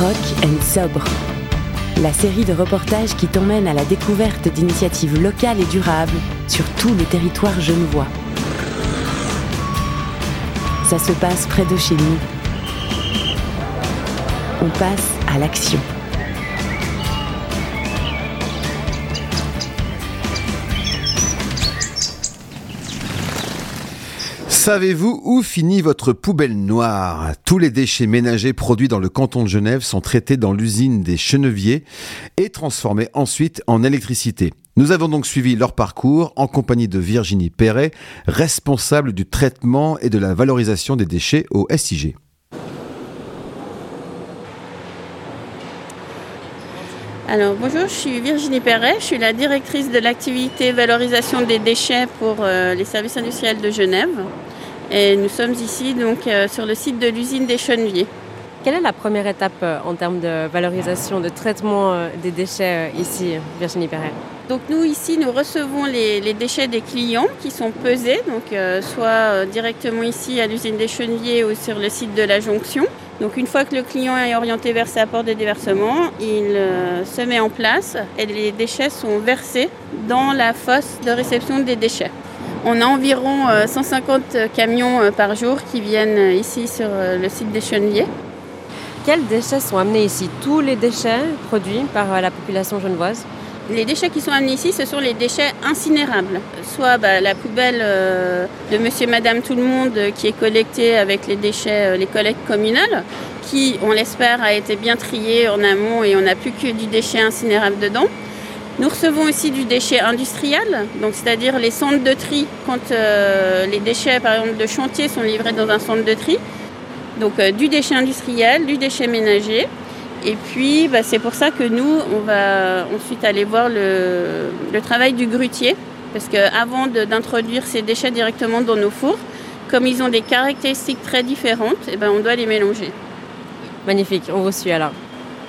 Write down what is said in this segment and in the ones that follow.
Rock and Sobre, la série de reportages qui t'emmène à la découverte d'initiatives locales et durables sur tout le territoire genevois. Ça se passe près de chez nous. On passe à l'action. Savez-vous où finit votre poubelle noire ? Tous les déchets ménagers produits dans le canton de Genève sont traités dans l'usine des Cheneviers et transformés ensuite en électricité. Nous avons donc suivi leur parcours en compagnie de Virginie Perret, responsable du traitement et de la valorisation des déchets au SIG. Alors bonjour, je suis Virginie Perret, je suis la directrice de l'activité valorisation des déchets pour les services industriels de Genève. Et nous sommes ici donc sur le site de l'usine des Cheneviers. Quelle est la première étape en termes de valorisation, de traitement des déchets ici, Virginie Perret ? Donc nous ici, nous recevons les déchets des clients qui sont pesés, donc soit directement ici à l'usine des Cheneviers ou sur le site de la jonction. Donc une fois que le client est orienté vers sa porte de déversement, il se met en place et les déchets sont versés dans la fosse de réception des déchets. On a environ 150 camions par jour qui viennent ici sur le site des Cheneviers. Quels déchets sont amenés ici ? Tous les déchets produits par la population genevoise ? Les déchets qui sont amenés ici, ce sont les déchets incinérables. Soit la poubelle de monsieur, madame, tout le monde qui est collectée avec les déchets, les collectes communales, qui, on l'espère, a été bien triée en amont et on n'a plus que du déchet incinérable dedans. Nous recevons aussi du déchet industriel, donc c'est-à-dire les centres de tri, quand les déchets, par exemple, de chantier sont livrés dans un centre de tri. Donc du déchet industriel, du déchet ménager. Et puis, c'est pour ça que nous, on va ensuite aller voir le travail du grutier. Parce qu'avant d'introduire ces déchets directement dans nos fours, comme ils ont des caractéristiques très différentes, on doit les mélanger. Magnifique, on vous suit alors.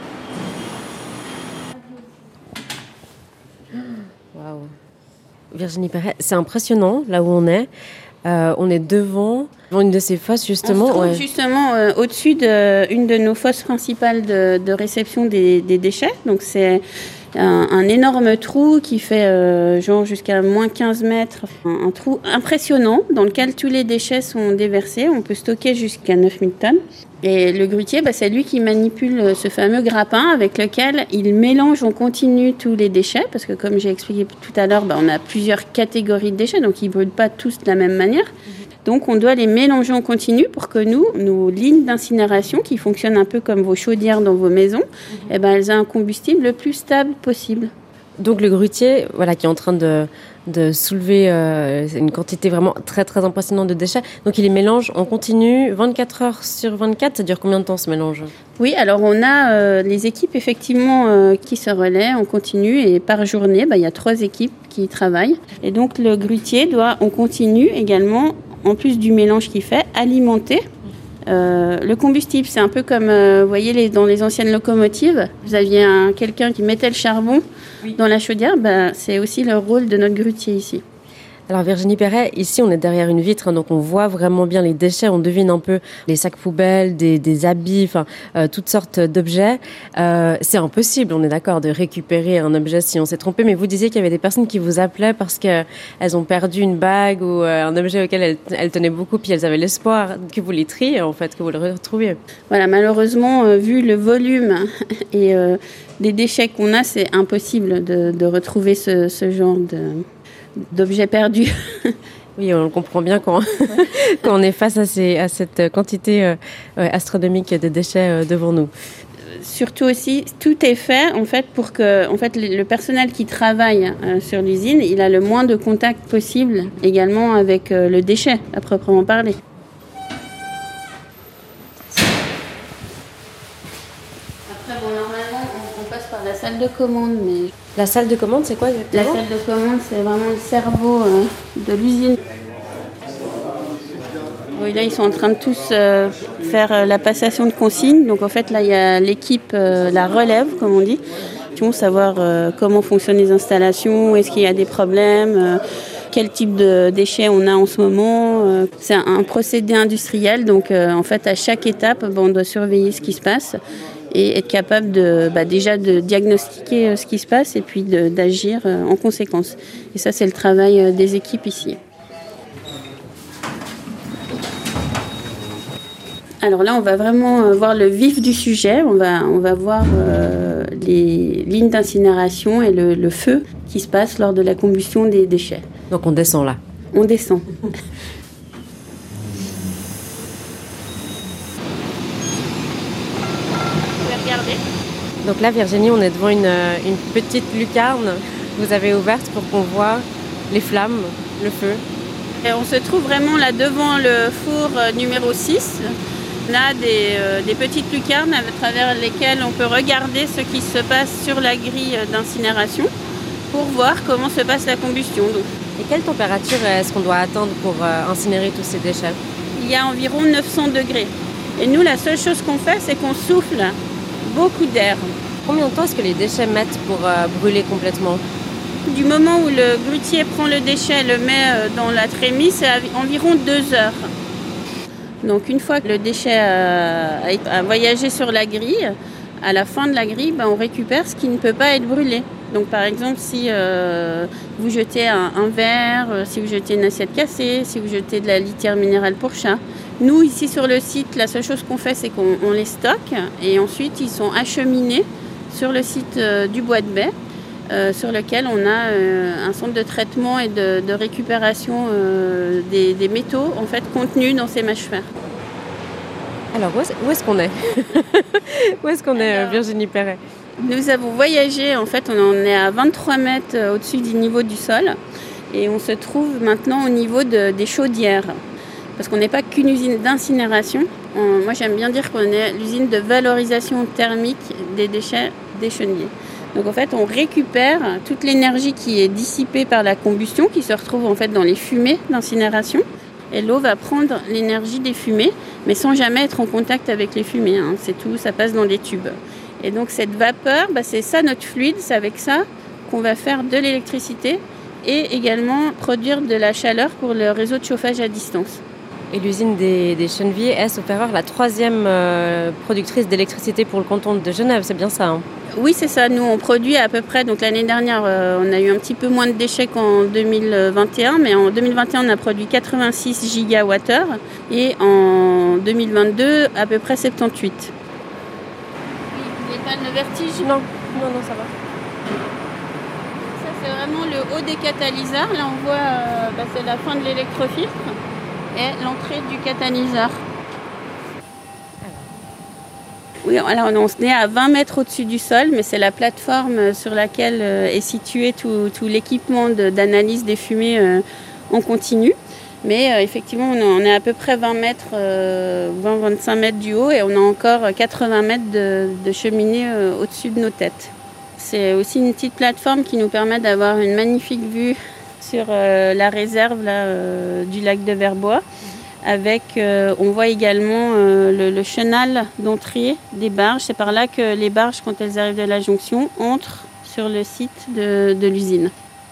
Waouh. Virginie Perret, c'est impressionnant là où on est. On est devant une de ces fosses justement. On se trouve justement au-dessus d'une de nos fosses principales de réception des déchets. Donc c'est un énorme trou qui fait jusqu'à moins 15 mètres. Un trou impressionnant dans lequel tous les déchets sont déversés. On peut stocker jusqu'à 9000 tonnes. Et le grutier, c'est lui qui manipule ce fameux grappin avec lequel il mélange en continu tous les déchets. Parce que comme j'ai expliqué tout à l'heure, on a plusieurs catégories de déchets, donc ils ne brûlent pas tous de la même manière. Donc on doit les mélanger en continu pour que nos lignes d'incinération, qui fonctionnent un peu comme vos chaudières dans vos maisons, elles aient un combustible le plus stable possible. Donc le grutier, qui est en train de soulever une quantité vraiment très très impressionnante de déchets. Donc il les mélange en continu 24 heures sur 24. Ça dure combien de temps ce mélange ? Oui, alors on a les équipes effectivement qui se relaient en continu et par journée, il y a 3 équipes qui travaillent. Et donc le grutier doit en continu également, en plus du mélange qu'il fait, alimenter le combustible. C'est un peu comme, vous voyez, dans les anciennes locomotives, vous aviez quelqu'un qui mettait le charbon dans la chaudière. C'est aussi le rôle de notre grutier ici. Alors Virginie Perret, ici on est derrière une vitre, donc on voit vraiment bien les déchets, on devine un peu les sacs poubelles, des habits, toutes sortes d'objets. C'est impossible, on est d'accord, de récupérer un objet si on s'est trompé, mais vous disiez qu'il y avait des personnes qui vous appelaient parce qu'elles ont perdu une bague ou un objet auquel elles tenaient beaucoup, puis elles avaient l'espoir que vous les triez, en fait, que vous le retrouviez. Voilà, malheureusement, vu le volume et des déchets qu'on a, c'est impossible de retrouver ce genre d'objets perdus. Oui, on le comprend bien quand on est face à cette quantité astronomique de déchets devant nous. Surtout aussi, tout est fait en fait pour que le personnel qui travaille sur l'usine, il a le moins de contact possible également avec le déchet à proprement parler. Après, normalement, on passe par la salle de commande, mais la salle de commande, c'est quoi exactement ? La salle de commande, c'est vraiment le cerveau de l'usine. Oui, là, ils sont en train de tous faire la passation de consignes. Donc, en fait, là, il y a l'équipe, la relève, comme on dit, qui vont savoir comment fonctionnent les installations, est-ce qu'il y a des problèmes, quel type de déchets on a en ce moment. C'est un procédé industriel, donc en fait, à chaque étape, on doit surveiller ce qui se passe. et être capable déjà de diagnostiquer ce qui se passe et puis d'agir en conséquence. Et ça, c'est le travail des équipes ici. Alors là, on va vraiment voir le vif du sujet. On va voir les lignes d'incinération et le feu qui se passe lors de la combustion des déchets. Donc on descend là. On descend. Vous pouvez regarder. Donc là, Virginie, on est devant une petite lucarne que vous avez ouverte pour qu'on voit les flammes, le feu. Et on se trouve vraiment là devant le four numéro 6. On a des petites lucarnes à travers lesquelles on peut regarder ce qui se passe sur la grille d'incinération pour voir comment se passe la combustion. Et quelle température est-ce qu'on doit atteindre pour incinérer tous ces déchets ? Il y a environ 900 degrés. Et nous, la seule chose qu'on fait, c'est qu'on souffle beaucoup d'air. Combien de temps est-ce que les déchets mettent pour brûler complètement ? Du moment où le grutier prend le déchet et le met dans la trémie, c'est environ 2 heures. Donc une fois que le déchet a voyagé sur la grille, à la fin de la grille, on récupère ce qui ne peut pas être brûlé. Donc par exemple, si vous jetez un verre, si vous jetez une assiette cassée, si vous jetez de la litière minérale pour chat, nous ici sur le site, la seule chose qu'on fait, c'est qu'on les stocke et ensuite ils sont acheminés sur le site du Bois de Baie. Sur lequel on a un centre de traitement et de récupération des métaux en fait, contenus dans ces mâches fer. Alors, où est-ce qu'on est Où est-ce qu'on est, Virginie Perret ? Nous avons voyagé, en fait, on en est à 23 mètres au-dessus du niveau du sol et on se trouve maintenant au niveau des chaudières. Parce qu'on n'est pas qu'une usine d'incinération. Moi, j'aime bien dire qu'on est l'usine de valorisation thermique des déchets des chenilles. Donc en fait, on récupère toute l'énergie qui est dissipée par la combustion, qui se retrouve en fait dans les fumées d'incinération. Et l'eau va prendre l'énergie des fumées, mais sans jamais être en contact avec les fumées. C'est tout, ça passe dans des tubes. Et donc cette vapeur, c'est ça notre fluide, c'est avec ça qu'on va faire de l'électricité et également produire de la chaleur pour le réseau de chauffage à distance. Et l'usine des Cheneviers est, sauf erreur, la 3e productrice d'électricité pour le canton de Genève, c'est bien ça Oui, c'est ça. Nous, on produit à peu près, donc l'année dernière, on a eu un petit peu moins de déchets qu'en 2021, mais en 2021, on a produit 86 gigawattheures et en 2022, à peu près 78. Vous n'avez pas le vertige ? Non, ça va. Ça, c'est vraiment le haut des catalyseurs. Là, on voit, c'est la fin de l'électrofiltre et l'entrée du catalyseur. Oui, alors on est à 20 mètres au-dessus du sol, mais c'est la plateforme sur laquelle est situé tout l'équipement d'analyse des fumées en continu. Mais effectivement, on est à peu près 20 mètres, 20-25 mètres du haut et on a encore 80 mètres de cheminée au-dessus de nos têtes. C'est aussi une petite plateforme qui nous permet d'avoir une magnifique vue sur la réserve du lac de Verbois. Avec, on voit également le chenal d'entrée des barges. C'est par là que les barges, quand elles arrivent de la jonction, entrent sur le site de l'usine.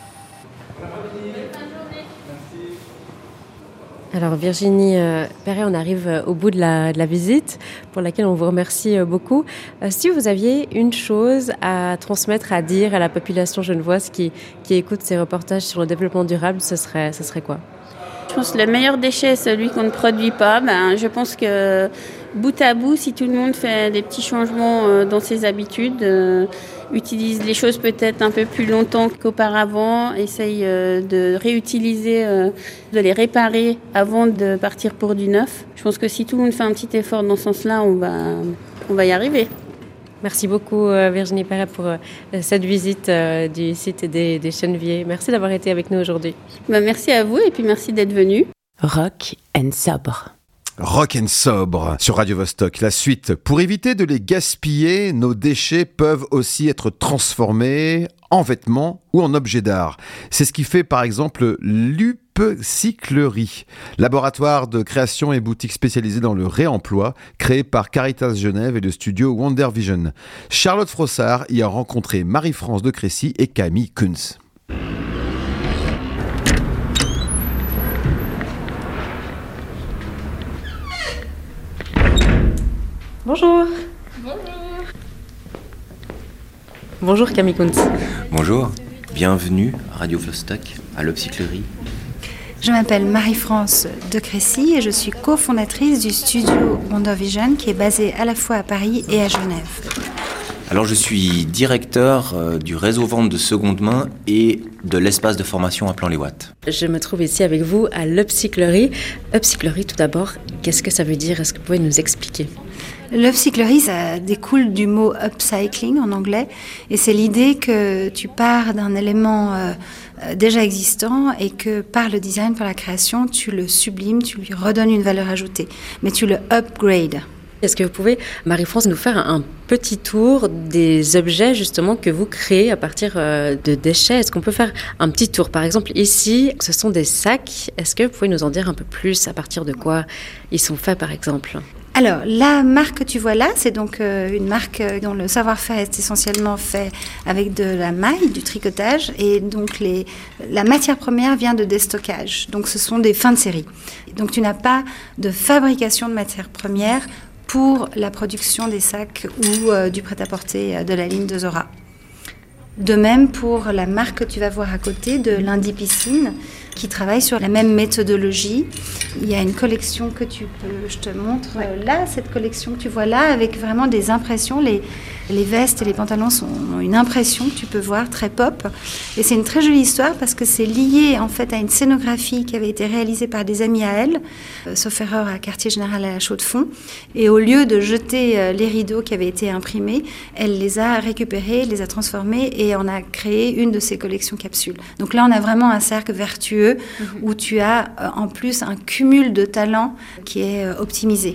Alors Virginie Perret, on arrive au bout de la visite pour laquelle on vous remercie beaucoup. Si vous aviez une chose à transmettre, à dire à la population genevoise qui écoute ces reportages sur le développement durable, ce serait quoi ? Je pense que le meilleur déchet est celui qu'on ne produit pas. Je pense que bout à bout, si tout le monde fait des petits changements dans ses habitudes, utilise les choses peut-être un peu plus longtemps qu'auparavant, essaye de réutiliser, de les réparer avant de partir pour du neuf. Je pense que si tout le monde fait un petit effort dans ce sens-là, on va y arriver. Merci beaucoup Virginie Perret pour cette visite du site des Cheneviers. Merci d'avoir été avec nous aujourd'hui. Merci à vous et puis merci d'être venu. Rock and sobre. Rock and sobre sur Radio Vostok. La suite. Pour éviter de les gaspiller, nos déchets peuvent aussi être transformés en vêtements ou en objets d'art. C'est ce qui fait par exemple l'Upcyclerie, laboratoire de création et boutique spécialisée dans le réemploi, créé par Caritas Genève et le studio Wonder Vision. Charlotte Frossard y a rencontré Marie-France de Crécy et Camille Kunz. Bonjour. Bonjour. Bonjour Camille Kuntz. Bonjour, bienvenue à Radio Flostock, à l'Upcyclerie. Je m'appelle Marie-France de Crécy et je suis cofondatrice du studio Wonder Vision qui est basé à la fois à Paris et à Genève. Alors je suis directeur du réseau vente de seconde main et de l'espace de formation à Plan-les-Ouates. Je me trouve ici avec vous à l'Upcyclerie. Upcyclerie tout d'abord, qu'est-ce que ça veut dire? Est-ce que vous pouvez nous expliquer? L'upcyclerie, ça découle du mot upcycling en anglais et c'est l'idée que tu pars d'un élément déjà existant et que par le design, par la création, tu le sublimes, tu lui redonnes une valeur ajoutée, mais tu le upgrades. Est-ce que vous pouvez, Marie-France, nous faire un petit tour des objets justement que vous créez à partir de déchets? Est-ce qu'on peut faire un petit tour? Par exemple, ici, ce sont des sacs. Est-ce que vous pouvez nous en dire un peu plus à partir de quoi ils sont faits, par exemple? Alors, la marque que tu vois là, c'est donc une marque dont le savoir-faire est essentiellement fait avec de la maille, du tricotage, et donc la matière première vient de déstockage. Donc, ce sont des fins de série. Donc, tu n'as pas de fabrication de matière première pour la production des sacs ou du prêt-à-porter de la ligne de Zora. De même pour la marque que tu vas voir à côté de l'Indie Piscine, qui travaille sur la même méthodologie. Il y a une collection que je te montre là, cette collection que tu vois là, avec vraiment des impressions. Les vestes et les pantalons ont une impression que tu peux voir, très pop. Et c'est une très jolie histoire parce que c'est lié en fait à une scénographie qui avait été réalisée par des amis à elle, sauf erreur à Quartier Général à la Chaux-de-Fonds. Et au lieu de jeter les rideaux qui avaient été imprimés, elle les a récupérés, les a transformés et en a créé une de ces collections capsules. Donc là, on a vraiment un cercle vertueux où tu as en plus un cumul de talents qui est optimisé.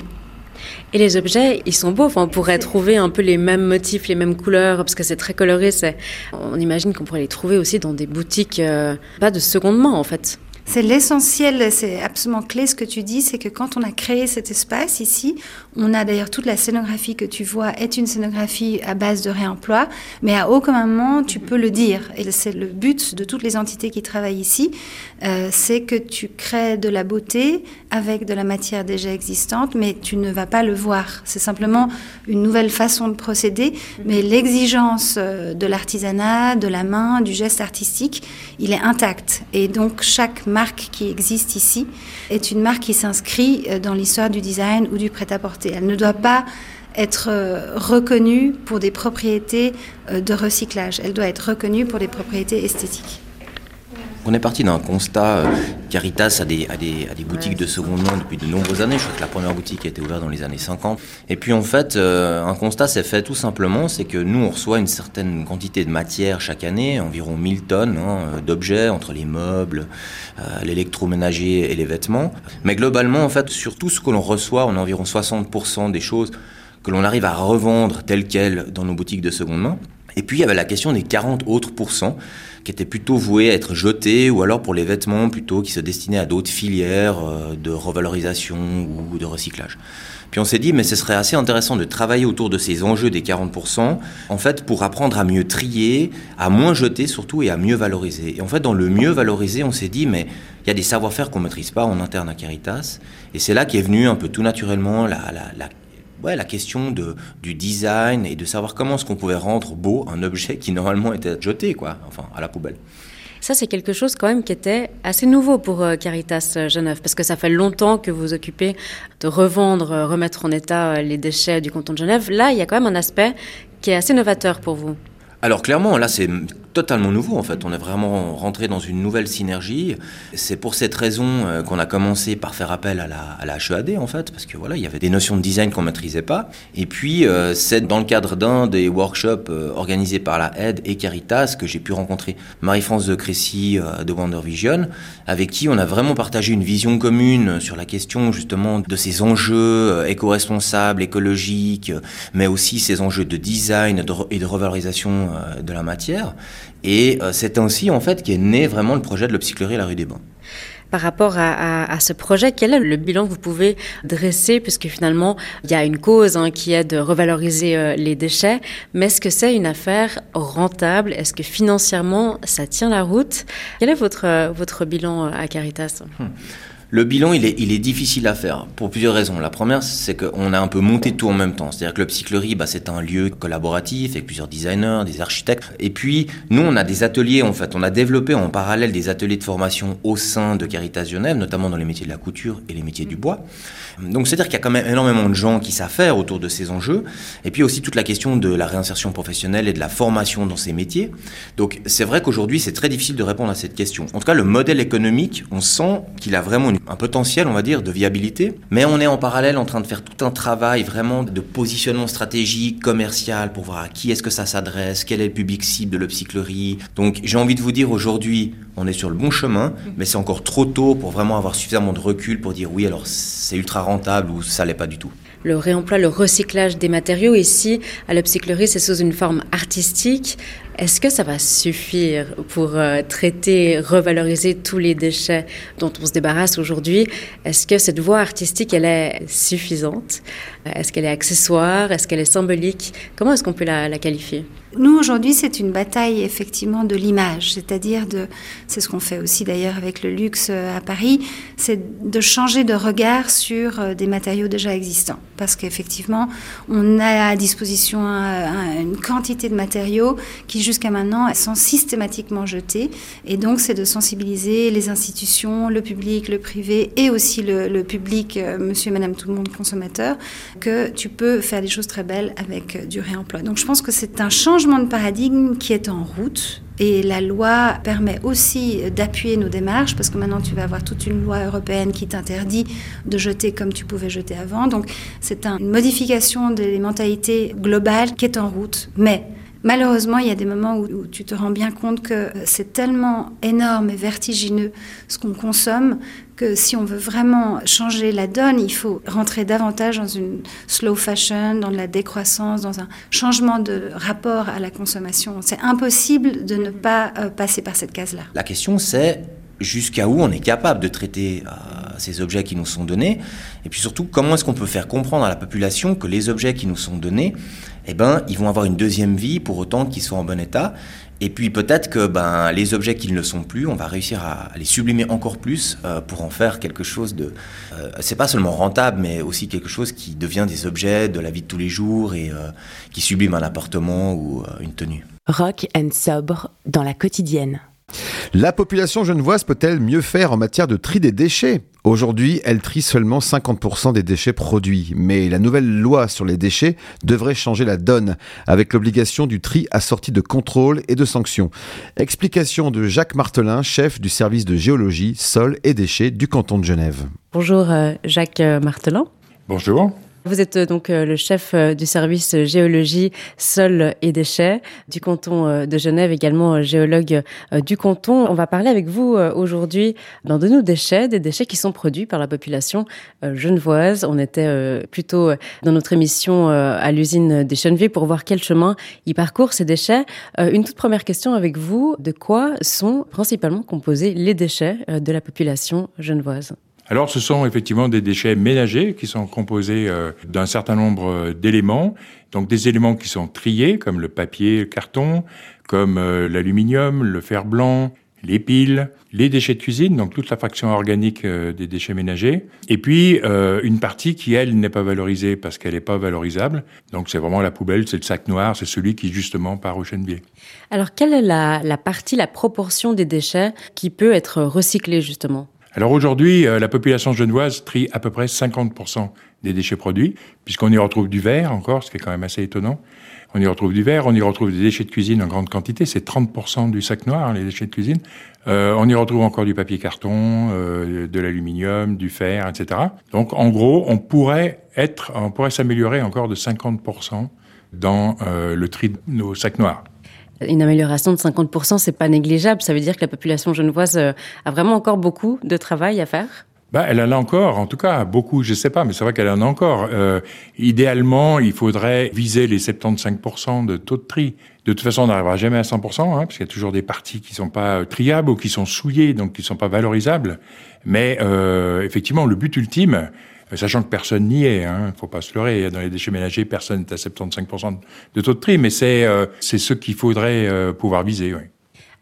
Et les objets, ils sont beaux. Enfin, on pourrait trouver un peu les mêmes motifs, les mêmes couleurs, parce que c'est très coloré. On imagine qu'on pourrait les trouver aussi dans des boutiques, pas de seconde main en fait. C'est l'essentiel, c'est absolument clé ce que tu dis, c'est que quand on a créé cet espace ici, on a d'ailleurs toute la scénographie que tu vois est une scénographie à base de réemploi, mais à aucun moment tu peux le dire. Et c'est le but de toutes les entités qui travaillent ici, c'est que tu crées de la beauté avec de la matière déjà existante, mais tu ne vas pas le voir. C'est simplement une nouvelle façon de procéder, mais l'exigence de l'artisanat, de la main, du geste artistique, il est intact. Et donc chaque marque qui existe ici est une marque qui s'inscrit dans l'histoire du design ou du prêt-à-porter. Elle ne doit pas être reconnue pour des propriétés de recyclage. Elle doit être reconnue pour des propriétés esthétiques. On est parti d'un constat, Caritas a des boutiques de seconde main depuis de nombreuses années. Je crois que la première boutique a été ouverte dans les années 50. Et puis en fait, un constat s'est fait tout simplement, c'est que nous on reçoit une certaine quantité de matière chaque année, environ 1000 tonnes d'objets entre les meubles, l'électroménager et les vêtements. Mais globalement, en fait, sur tout ce que l'on reçoit, on a environ 60% des choses que l'on arrive à revendre telles quelles dans nos boutiques de seconde main. Et puis il y avait la question des 40 autres pourcents qui étaient plutôt voués à être jetés, ou alors pour les vêtements plutôt qui se destinaient à d'autres filières de revalorisation ou de recyclage. Puis on s'est dit, mais ce serait assez intéressant de travailler autour de ces enjeux des 40%, en fait, pour apprendre à mieux trier, à moins jeter surtout et à mieux valoriser. Et en fait, dans le mieux valoriser, on s'est dit, mais il y a des savoir-faire qu'on ne maîtrise pas en interne à Caritas. Et c'est là qu'est venue un peu tout naturellement la question du design et de savoir comment est-ce qu'on pouvait rendre beau un objet qui normalement était jeté, à la poubelle. Ça, c'est quelque chose quand même qui était assez nouveau pour Caritas Genève, parce que ça fait longtemps que vous vous occupez de revendre, remettre en état les déchets du canton de Genève. Là, il y a quand même un aspect qui est assez novateur pour vous. Alors clairement, là c'est totalement nouveau en fait, on est vraiment rentré dans une nouvelle synergie. C'est pour cette raison qu'on a commencé par faire appel à la HEAD en fait, parce que voilà, il y avait des notions de design qu'on ne maîtrisait pas. Et puis c'est dans le cadre d'un des workshops organisés par la HEAD et Caritas que j'ai pu rencontrer Marie-France de Crécy de Wonder Vision, avec qui on a vraiment partagé une vision commune sur la question justement de ces enjeux éco-responsables, écologiques, mais aussi ces enjeux de design et de revalorisation de la matière. Et c'est ainsi en fait qu'est né vraiment le projet de l'Upcyclerie à la rue des Bains. Par rapport à ce projet, quel est le bilan que vous pouvez dresser, puisque finalement il y a une cause qui est de revaloriser les déchets, mais est-ce que c'est une affaire rentable? Est-ce que financièrement ça tient la route? Quel est votre bilan à Caritas? Le bilan, il est difficile à faire pour plusieurs raisons. La première, c'est qu'on a un peu monté tout en même temps. C'est-à-dire que le Psychlerie, c'est un lieu collaboratif avec plusieurs designers, des architectes. Et puis, nous, on a des ateliers, en fait. On a développé en parallèle des ateliers de formation au sein de Caritas Genève, notamment dans les métiers de la couture et les métiers du bois. Donc, c'est-à-dire qu'il y a quand même énormément de gens qui savent faire autour de ces enjeux. Et puis aussi toute la question de la réinsertion professionnelle et de la formation dans ces métiers. Donc, c'est vrai qu'aujourd'hui, c'est très difficile de répondre à cette question. En tout cas, le modèle économique, on sent qu'il a vraiment un potentiel, on va dire, de viabilité. Mais on est en parallèle en train de faire tout un travail vraiment de positionnement stratégique, commercial, pour voir à qui est-ce que ça s'adresse, quel est le public cible de l'Upcyclerie. Donc, j'ai envie de vous dire aujourd'hui, on est sur le bon chemin, mais c'est encore trop tôt pour vraiment avoir suffisamment de recul pour dire oui, alors c'est ultra rentable ou ça l'est pas du tout. Le réemploi, le recyclage des matériaux ici, à l'Upcyclerie, c'est sous une forme artistique. Est-ce que ça va suffire pour traiter, revaloriser tous les déchets dont on se débarrasse aujourd'hui? Est-ce que cette voie artistique, elle est suffisante? Est-ce qu'elle est accessoire? Est-ce qu'elle est symbolique? Comment est-ce qu'on peut la qualifier? Nous, aujourd'hui, c'est une bataille, effectivement, de l'image. C'est-à-dire, c'est ce qu'on fait aussi d'ailleurs avec le luxe à Paris, c'est de changer de regard sur des matériaux déjà existants. Parce qu'effectivement, on a à disposition une quantité de matériaux qui, jusqu'à maintenant, sont systématiquement jetés. Et donc, c'est de sensibiliser les institutions, le public, le privé et aussi le public, monsieur et madame tout le monde, consommateur, que tu peux faire des choses très belles avec du réemploi. Donc, je pense que c'est un changement de paradigme qui est en route. Et la loi permet aussi d'appuyer nos démarches, parce que maintenant tu vas avoir toute une loi européenne qui t'interdit de jeter comme tu pouvais jeter avant. Donc c'est une modification des mentalités globales qui est en route. Mais malheureusement, il y a des moments où tu te rends bien compte que c'est tellement énorme et vertigineux ce qu'on consomme que si on veut vraiment changer la donne, il faut rentrer davantage dans une slow fashion, dans de la décroissance, dans un changement de rapport à la consommation. C'est impossible de ne pas passer par cette case-là. La question, c'est jusqu'à où on est capable de traiter ces objets qui nous sont donnés, et puis surtout, comment est-ce qu'on peut faire comprendre à la population que les objets qui nous sont donnés, ils vont avoir une deuxième vie pour autant qu'ils soient en bon état. Et puis peut-être que les objets qui ne le sont plus, on va réussir à les sublimer encore plus pour en faire quelque chose de... c'est pas seulement rentable, mais aussi quelque chose qui devient des objets de la vie de tous les jours et qui sublime un appartement ou une tenue. Rock and sobre dans la quotidienne. La population genevoise peut-elle mieux faire en matière de tri des déchets ? Aujourd'hui, elle trie seulement 50% des déchets produits. Mais la nouvelle loi sur les déchets devrait changer la donne, avec l'obligation du tri assorti de contrôles et de sanctions. Explication de Jacques Martelin, chef du service de géologie, sol et déchets du canton de Genève. Bonjour Jacques Martelin. Bonjour. Vous êtes donc le chef du service géologie, sol et déchets du canton de Genève, également géologue du canton. On va parler avec vous aujourd'hui de nos déchets, des déchets qui sont produits par la population genevoise. On était plutôt dans notre émission à l'usine des Cheneviers pour voir quel chemin ils parcourent ces déchets. Une toute première question avec vous, de quoi sont principalement composés les déchets de la population genevoise ? Alors, ce sont effectivement des déchets ménagers qui sont composés d'un certain nombre d'éléments. Donc, des éléments qui sont triés, comme le papier, le carton, comme l'aluminium, le fer blanc, les piles, les déchets de cuisine, donc toute la fraction organique des déchets ménagers. Et puis, une partie qui, elle, n'est pas valorisée parce qu'elle n'est pas valorisable. Donc, c'est vraiment la poubelle, c'est le sac noir, c'est celui qui, justement, part au Chenevier. Alors, quelle est la partie, la proportion des déchets qui peut être recyclée, justement ? Alors aujourd'hui, la population genevoise trie à peu près 50% des déchets produits, puisqu'on y retrouve du verre encore, ce qui est quand même assez étonnant. On y retrouve du verre, on y retrouve des déchets de cuisine en grande quantité, c'est 30% du sac noir, les déchets de cuisine. On y retrouve encore du papier carton, de l'aluminium, du fer, etc. Donc en gros, on pourrait s'améliorer encore de 50% dans le tri de nos sacs noirs. Une amélioration de 50%, c'est pas négligeable. Ça veut dire que la population genevoise a vraiment encore beaucoup de travail à faire ? Elle en a encore, en tout cas, beaucoup, je sais pas, mais c'est vrai qu'elle en a encore. Idéalement, il faudrait viser les 75% de taux de tri. De toute façon, on n'arrivera jamais à 100%, parce qu'il y a toujours des parties qui sont pas triables ou qui sont souillées, donc qui sont pas valorisables. Mais effectivement, le but ultime, sachant que personne n'y est, faut pas se leurrer, dans les déchets ménagers, personne n'est à 75% de taux de tri, mais c'est ce qu'il faudrait pouvoir viser, oui.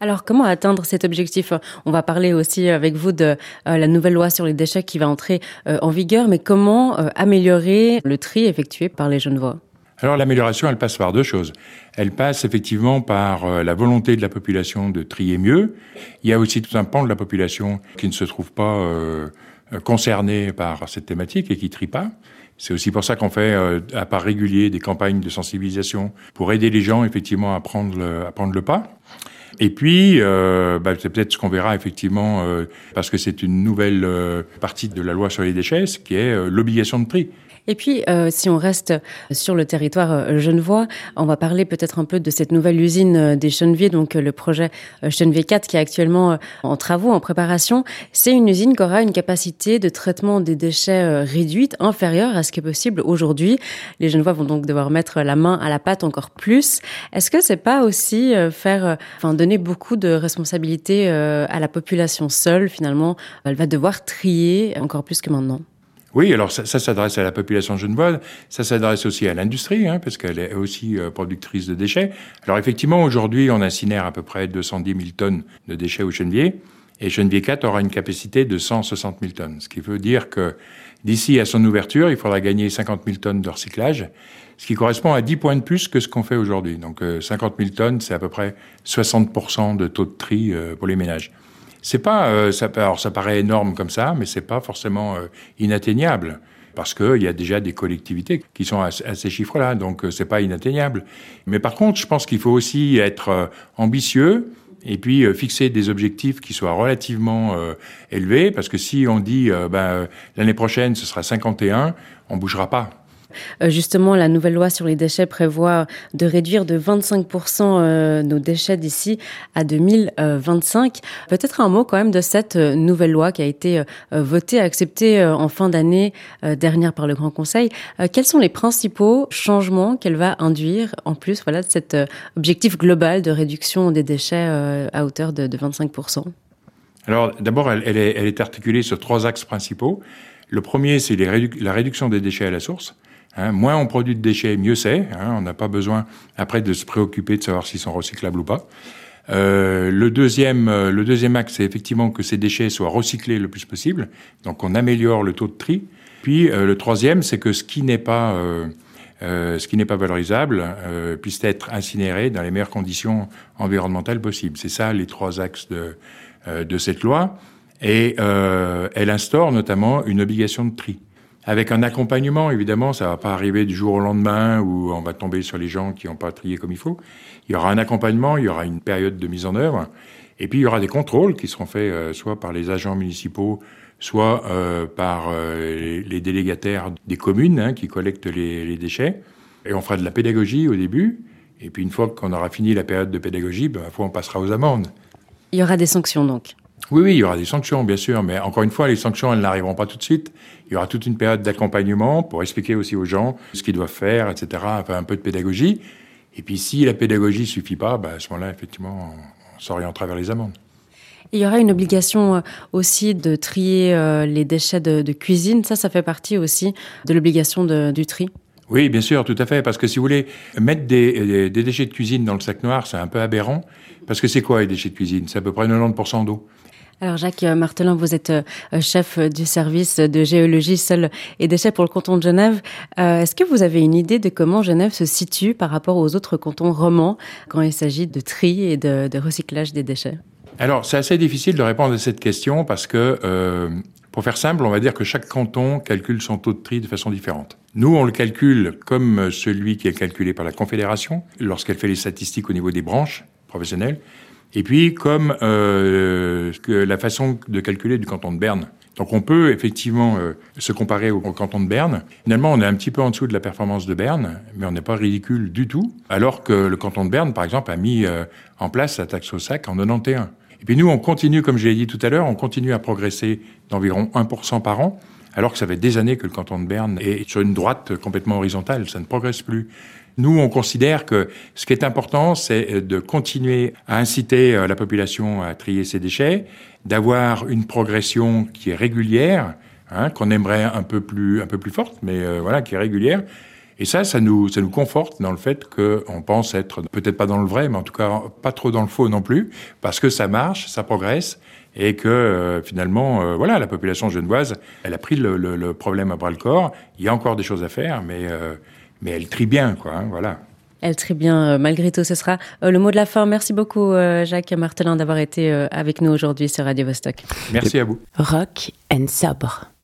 Alors, comment atteindre cet objectif ? On va parler aussi avec vous de la nouvelle loi sur les déchets qui va entrer en vigueur, mais comment améliorer le tri effectué par les Genevois ? Alors l'amélioration, elle passe par deux choses. Elle passe effectivement par la volonté de la population de trier mieux. Il y a aussi tout un pan de la population qui ne se trouve pas concerné par cette thématique et qui trie pas. C'est aussi pour ça qu'on fait à part régulier des campagnes de sensibilisation pour aider les gens effectivement à prendre le pas. Et puis, c'est peut-être ce qu'on verra effectivement, parce que c'est une nouvelle partie de la loi sur les déchets, ce qui est l'obligation de tri. Et puis, si on reste sur le territoire genevois, on va parler peut-être un peu de cette nouvelle usine des Cheneviers, donc le projet Chenevier 4 qui est actuellement en travaux, en préparation. C'est une usine qui aura une capacité de traitement des déchets réduite, inférieure à ce qui est possible aujourd'hui. Les Genevois vont donc devoir mettre la main à la pâte encore plus. Est-ce que c'est pas aussi donner beaucoup de responsabilités à la population seule, finalement? Elle va devoir trier encore plus que maintenant. Oui, alors ça s'adresse à la population genevoise, ça s'adresse aussi à l'industrie, parce qu'elle est aussi productrice de déchets. Alors effectivement, aujourd'hui, on incinère à peu près 210 000 tonnes de déchets au Chenevier, et Chenevier 4 aura une capacité de 160 000 tonnes, ce qui veut dire que d'ici à son ouverture, il faudra gagner 50 000 tonnes de recyclage, ce qui correspond à 10 points de plus que ce qu'on fait aujourd'hui. Donc 50 000 tonnes, c'est à peu près 60% de taux de tri pour les ménages. C'est pas, ça paraît énorme comme ça, mais c'est pas forcément inatteignable. Parce qu'il y a déjà des collectivités qui sont à ces chiffres-là, donc c'est pas inatteignable. Mais par contre, je pense qu'il faut aussi être ambitieux et puis fixer des objectifs qui soient relativement élevés, parce que si on dit l'année prochaine ce sera 51, on bougera pas. Justement, la nouvelle loi sur les déchets prévoit de réduire de 25% nos déchets d'ici à 2025. Peut-être un mot quand même de cette nouvelle loi qui a été votée, acceptée en fin d'année dernière par le Grand Conseil. Quels sont les principaux changements qu'elle va induire en plus de cet objectif global de réduction des déchets à hauteur de 25%? Alors d'abord, elle est articulée sur 3 axes principaux. Le premier, c'est la réduction des déchets à la source. Moins on produit de déchets, mieux c'est. On n'a pas besoin après de se préoccuper de savoir s'ils sont recyclables ou pas. Le deuxième axe, c'est effectivement que ces déchets soient recyclés le plus possible. Donc on améliore le taux de tri. Puis le troisième, c'est que ce qui n'est pas valorisable puisse être incinéré dans les meilleures conditions environnementales possibles. C'est ça les 3 axes de cette loi. Et elle instaure notamment une obligation de tri. Avec un accompagnement, évidemment, ça va pas arriver du jour au lendemain où on va tomber sur les gens qui n'ont pas trié comme il faut. Il y aura un accompagnement, il y aura une période de mise en œuvre, et puis il y aura des contrôles qui seront faits soit par les agents municipaux, soit par les délégataires des communes qui collectent les déchets. Et on fera de la pédagogie au début, et puis une fois qu'on aura fini la période de pédagogie, on passera aux amendes. Il y aura des sanctions donc? Oui, il y aura des sanctions, bien sûr, mais encore une fois, les sanctions, elles n'arriveront pas tout de suite. Il y aura toute une période d'accompagnement pour expliquer aussi aux gens ce qu'ils doivent faire, etc., faire un peu de pédagogie. Et puis, si la pédagogie suffit pas, à ce moment-là, effectivement, on s'orientera vers les amendes. Il y aura une obligation aussi de trier les déchets de cuisine. Ça fait partie aussi de l'obligation du tri? Oui, bien sûr, tout à fait. Parce que si vous voulez, mettre des déchets de cuisine dans le sac noir, c'est un peu aberrant. Parce que c'est quoi les déchets de cuisine? C'est à peu près 90% d'eau. Alors Jacques Martelin, vous êtes chef du service de géologie, sols et déchets pour le canton de Genève. Est-ce que vous avez une idée de comment Genève se situe par rapport aux autres cantons romans quand il s'agit de tri et de recyclage des déchets? Alors c'est assez difficile de répondre à cette question parce que, pour faire simple, on va dire que chaque canton calcule son taux de tri de façon différente. Nous, on le calcule comme celui qui est calculé par la Confédération lorsqu'elle fait les statistiques au niveau des branches professionnelles. Et puis, comme la façon de calculer du canton de Berne. Donc, on peut effectivement se comparer au canton de Berne. Finalement, on est un petit peu en dessous de la performance de Berne, mais on n'est pas ridicule du tout. Alors que le canton de Berne, par exemple, a mis en place la taxe au sac en 91. Et puis nous, on continue, comme je l'ai dit tout à l'heure, on continue à progresser d'environ 1% par an, alors que ça fait des années que le canton de Berne est sur une droite complètement horizontale. Ça ne progresse plus. Nous, on considère que ce qui est important, c'est de continuer à inciter la population à trier ses déchets, d'avoir une progression qui est régulière, qu'on aimerait un peu plus forte, mais qui est régulière. Et ça nous conforte dans le fait qu'on pense être peut-être pas dans le vrai, mais en tout cas pas trop dans le faux non plus, parce que ça marche, ça progresse, et que finalement, la population genevoise, elle a pris le problème à bras-le-corps. Il y a encore des choses à faire, mais elle trie bien, quoi. Voilà. Elle trie bien, malgré tout. Ce sera le mot de la fin. Merci beaucoup, Jacques Marthelin, d'avoir été avec nous aujourd'hui sur Radio Vostok. Merci à vous. Rock and sobre.